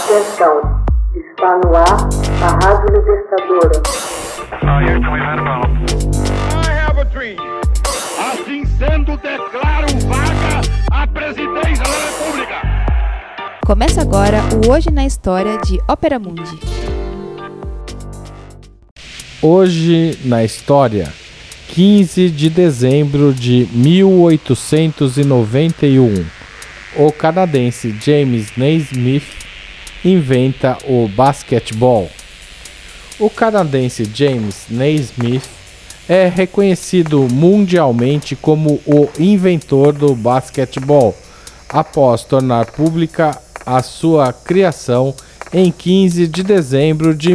Atenção, está no ar a Rádio Libertadora. I have a dream. Assim sendo, declaro vaga a presidência da República. Começa agora o Hoje na História de Ópera Mundi. Hoje na História, 15 de dezembro de 1891, o canadense James Naismith inventa o basquetebol. O canadense James Naismith é reconhecido mundialmente como o inventor do basquetebol, após tornar pública a sua criação em 15 de dezembro de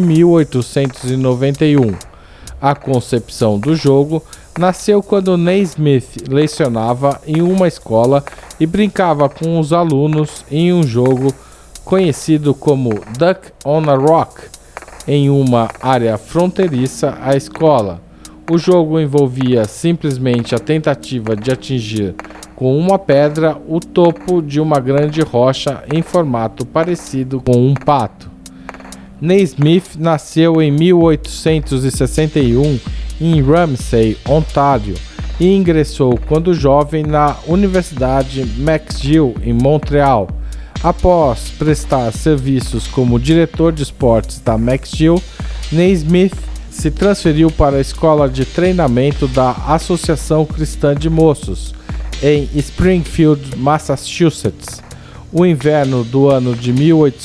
1891. A concepção do jogo nasceu quando Naismith lecionava em uma escola e brincava com os alunos em um jogo conhecido como Duck on a Rock, em uma área fronteiriça à escola. O jogo envolvia simplesmente a tentativa de atingir com uma pedra o topo de uma grande rocha em formato parecido com um pato. Naismith nasceu em 1861 em Ramsay, Ontário, e ingressou quando jovem na Universidade McGill em Montreal. Após prestar serviços como diretor de esportes da McGill, Naismith se transferiu para a escola de treinamento da Associação Cristã de Moços, em Springfield, Massachusetts. O inverno do ano de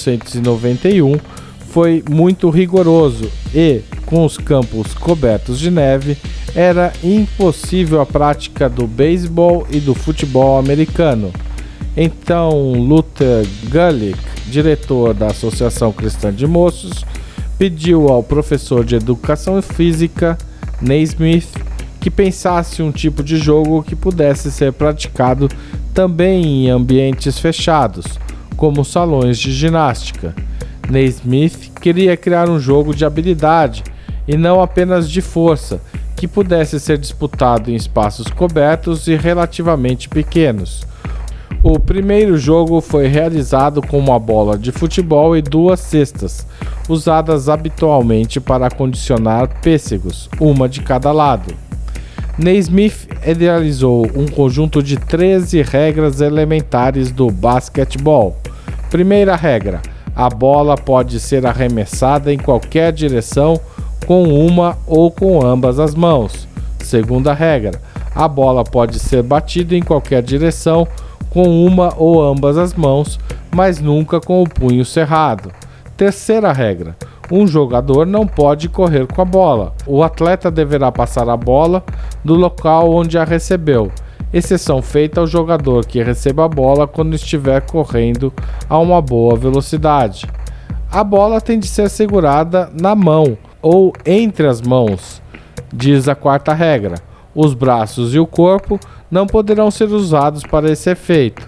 1891 foi muito rigoroso e, com os campos cobertos de neve, era impossível a prática do beisebol e do futebol americano. Então, Luther Gulick, diretor da Associação Cristã de Moços, pediu ao professor de educação física, Naismith, que pensasse um tipo de jogo que pudesse ser praticado também em ambientes fechados, como salões de ginástica. Naismith queria criar um jogo de habilidade e não apenas de força, que pudesse ser disputado em espaços cobertos e relativamente pequenos. O primeiro jogo foi realizado com uma bola de futebol e duas cestas, usadas habitualmente para acondicionar pêssegos, uma de cada lado. Naismith idealizou um conjunto de 13 regras elementares do basquetebol. Primeira regra: a bola pode ser arremessada em qualquer direção com uma ou com ambas as mãos. Segunda regra: a bola pode ser batida em qualquer direção com uma ou ambas as mãos, mas nunca com o punho cerrado. Terceira regra: um jogador não pode correr com a bola. O atleta deverá passar a bola do local onde a recebeu, exceção feita ao jogador que receba a bola quando estiver correndo a uma boa velocidade. A bola tem de ser segurada na mão ou entre as mãos, diz a quarta regra. Os braços e o corpo não poderão ser usados para esse efeito.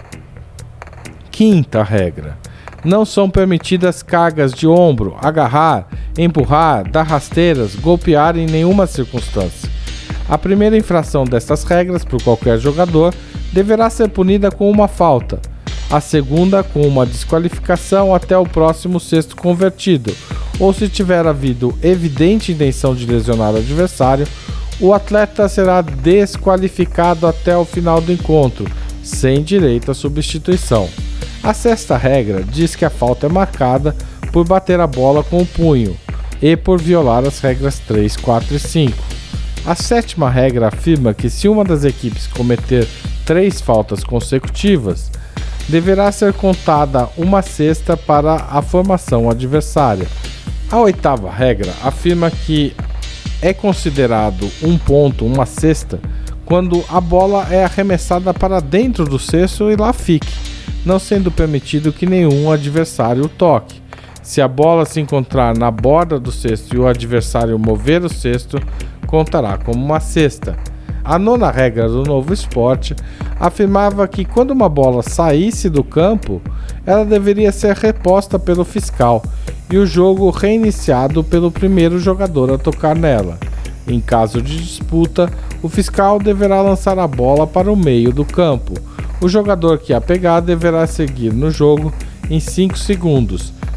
Quinta regra: não são permitidas cargas de ombro, agarrar, empurrar, dar rasteiras, golpear em nenhuma circunstância. A primeira infração destas regras por qualquer jogador deverá ser punida com uma falta, a segunda com uma desqualificação até o próximo cesto convertido, ou se tiver havido evidente intenção de lesionar o adversário, o atleta será desqualificado até o final do encontro, sem direito à substituição. A sexta regra diz que a falta é marcada por bater a bola com o punho e por violar as regras 3, 4 e 5. A sétima regra afirma que se uma das equipes cometer 3 faltas consecutivas, deverá ser contada uma cesta para a formação adversária. A oitava regra afirma que é considerado um ponto, uma cesta, quando a bola é arremessada para dentro do cesto e lá fique, não sendo permitido que nenhum adversário o toque. Se a bola se encontrar na borda do cesto e o adversário mover o cesto, contará como uma cesta. A nona regra do novo esporte afirmava que quando uma bola saísse do campo, ela deveria ser reposta pelo fiscal e o jogo reiniciado pelo primeiro jogador a tocar nela. Em caso de disputa, o fiscal deverá lançar a bola para o meio do campo. O jogador que a pegar deverá seguir no jogo em 5 segundos,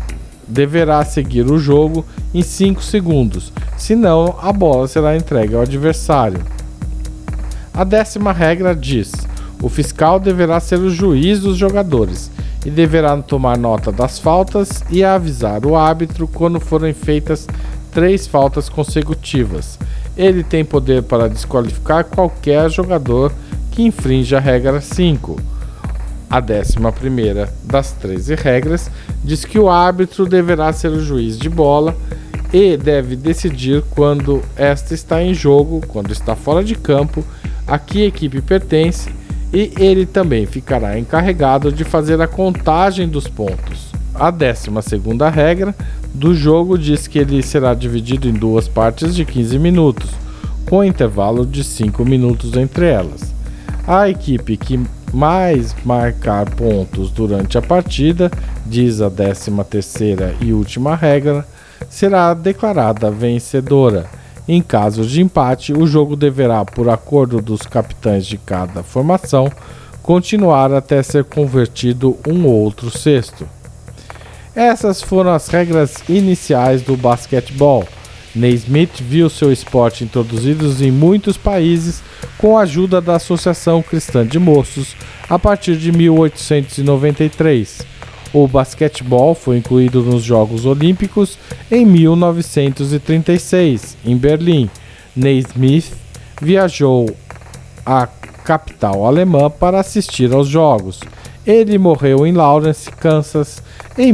deverá seguir o jogo em 5 segundos, senão a bola será entregue ao adversário. A 10ª regra diz: o fiscal deverá ser o juiz dos jogadores e deverá tomar nota das faltas e avisar o árbitro quando forem feitas 3 faltas consecutivas. Ele tem poder para desqualificar qualquer jogador que infrinja a regra 5. A 11ª das 13 regras diz que o árbitro deverá ser o juiz de bola e deve decidir quando esta está em jogo, quando está fora de campo, a que equipe pertence, e ele também ficará encarregado de fazer a contagem dos pontos. A 12ª regra do jogo diz que ele será dividido em 2 partes de 15 minutos, com intervalo de 5 minutos entre elas. A equipe que mais marcar pontos durante a partida, diz a 13ª e última regra, será declarada vencedora. Em caso de empate, o jogo deverá, por acordo dos capitães de cada formação, continuar até ser convertido um outro cesto. Essas foram as regras iniciais do basquetebol. Naismith viu seu esporte introduzido em muitos países com a ajuda da Associação Cristã de Moços a partir de 1893. O basquetebol foi incluído nos Jogos Olímpicos em 1936, em Berlim. Naismith viajou à capital alemã para assistir aos Jogos. Ele morreu em Lawrence, Kansas, em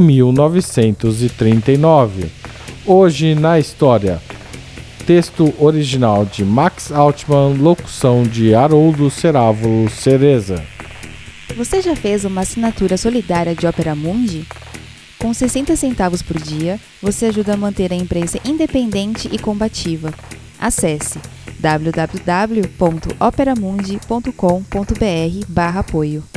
1939. Hoje na história. Texto original de Max Altman, locução de Haroldo Cerávulo Cereza. Você já fez uma assinatura solidária de Opera Mundi? Com 60 centavos por dia, você ajuda a manter a imprensa independente e combativa. Acesse www.operamundi.com.br/apoio.